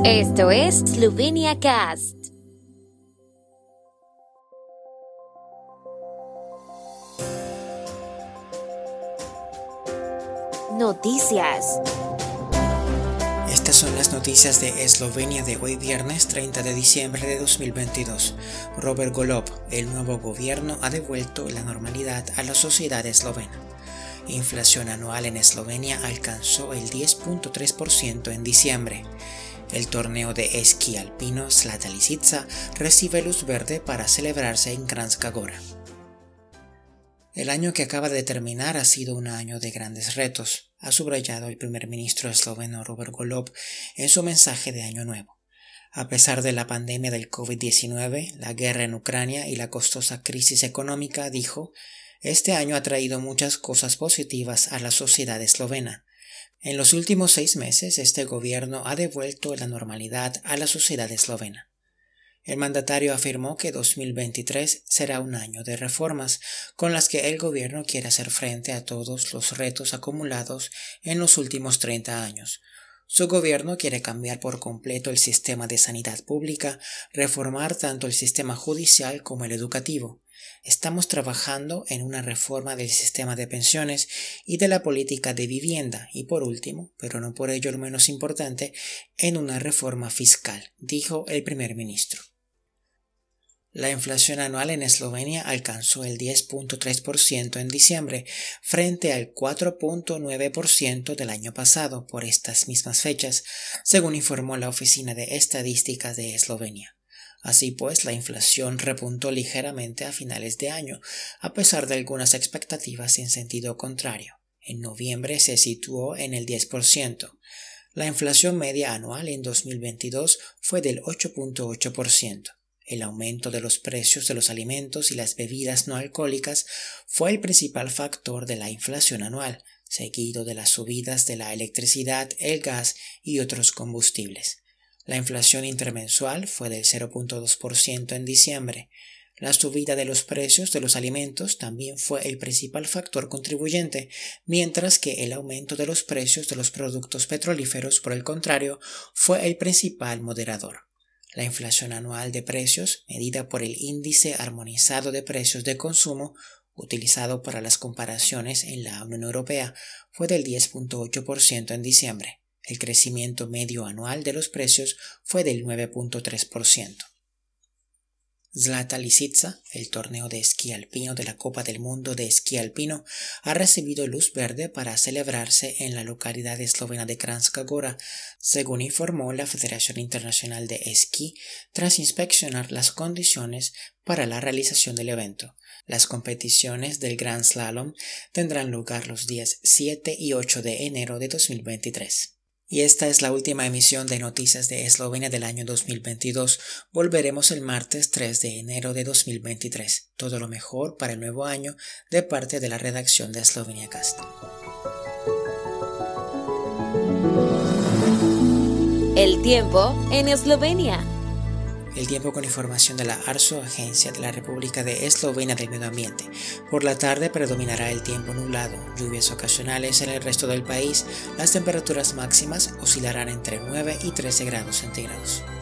Esto es Slovenia Cast. Noticias. Estas son las noticias de Eslovenia de hoy viernes 30 de diciembre de 2022. Robert Golob, el nuevo gobierno, ha devuelto la normalidad a la sociedad eslovena. Inflación anual en Eslovenia alcanzó el 10.3% en diciembre. El torneo de esquí alpino Zlata Lisica recibe luz verde para celebrarse en Kranjska Gora. El año que acaba de terminar ha sido un año de grandes retos, ha subrayado el primer ministro esloveno Robert Golob en su mensaje de Año Nuevo. A pesar de la pandemia del COVID-19, la guerra en Ucrania y la costosa crisis económica, dijo, este año ha traído muchas cosas positivas a la sociedad eslovena. En los últimos 6 meses, este gobierno ha devuelto la normalidad a la sociedad eslovena. El mandatario afirmó que 2023 será un año de reformas con las que el gobierno quiere hacer frente a todos los retos acumulados en los últimos 30 años. Su gobierno quiere cambiar por completo el sistema de sanidad pública, reformar tanto el sistema judicial como el educativo. Estamos trabajando en una reforma del sistema de pensiones y de la política de vivienda y por último, pero no por ello lo menos importante, en una reforma fiscal, dijo el primer ministro. La inflación anual en Eslovenia alcanzó el 10.3% en diciembre, frente al 4.9% del año pasado por estas mismas fechas, según informó la Oficina de Estadísticas de Eslovenia. Así pues, la inflación repuntó ligeramente a finales de año, a pesar de algunas expectativas en sentido contrario. En noviembre se situó en el 10%. La inflación media anual en 2022 fue del 8.8%. El aumento de los precios de los alimentos y las bebidas no alcohólicas fue el principal factor de la inflación anual, seguido de las subidas de la electricidad, el gas y otros combustibles. La inflación intermensual fue del 0.2% en diciembre. La subida de los precios de los alimentos también fue el principal factor contribuyente, mientras que el aumento de los precios de los productos petrolíferos, por el contrario, fue el principal moderador. La inflación anual de precios, medida por el Índice Armonizado de Precios de Consumo, utilizado para las comparaciones en la Unión Europea, fue del 10.8% en diciembre. El crecimiento medio anual de los precios fue del 9.3%. Zlata Lisica, el torneo de esquí alpino de la Copa del Mundo de Esquí Alpino, ha recibido luz verde para celebrarse en la localidad eslovena de Kranjska Gora, según informó la Federación Internacional de Esquí tras inspeccionar las condiciones para la realización del evento. Las competiciones del Gran Slalom tendrán lugar los días 7 y 8 de enero de 2023. Y esta es la última emisión de Noticias de Eslovenia del año 2022. Volveremos el martes 3 de enero de 2023. Todo lo mejor para el nuevo año de parte de la redacción de Slovenia Cast. El tiempo en Eslovenia. El tiempo con información de la ARSO, Agencia de la República de Eslovenia del Medio Ambiente. Por la tarde predominará el tiempo nublado, lluvias ocasionales en el resto del país. Las temperaturas máximas oscilarán entre 9 y 13 grados centígrados.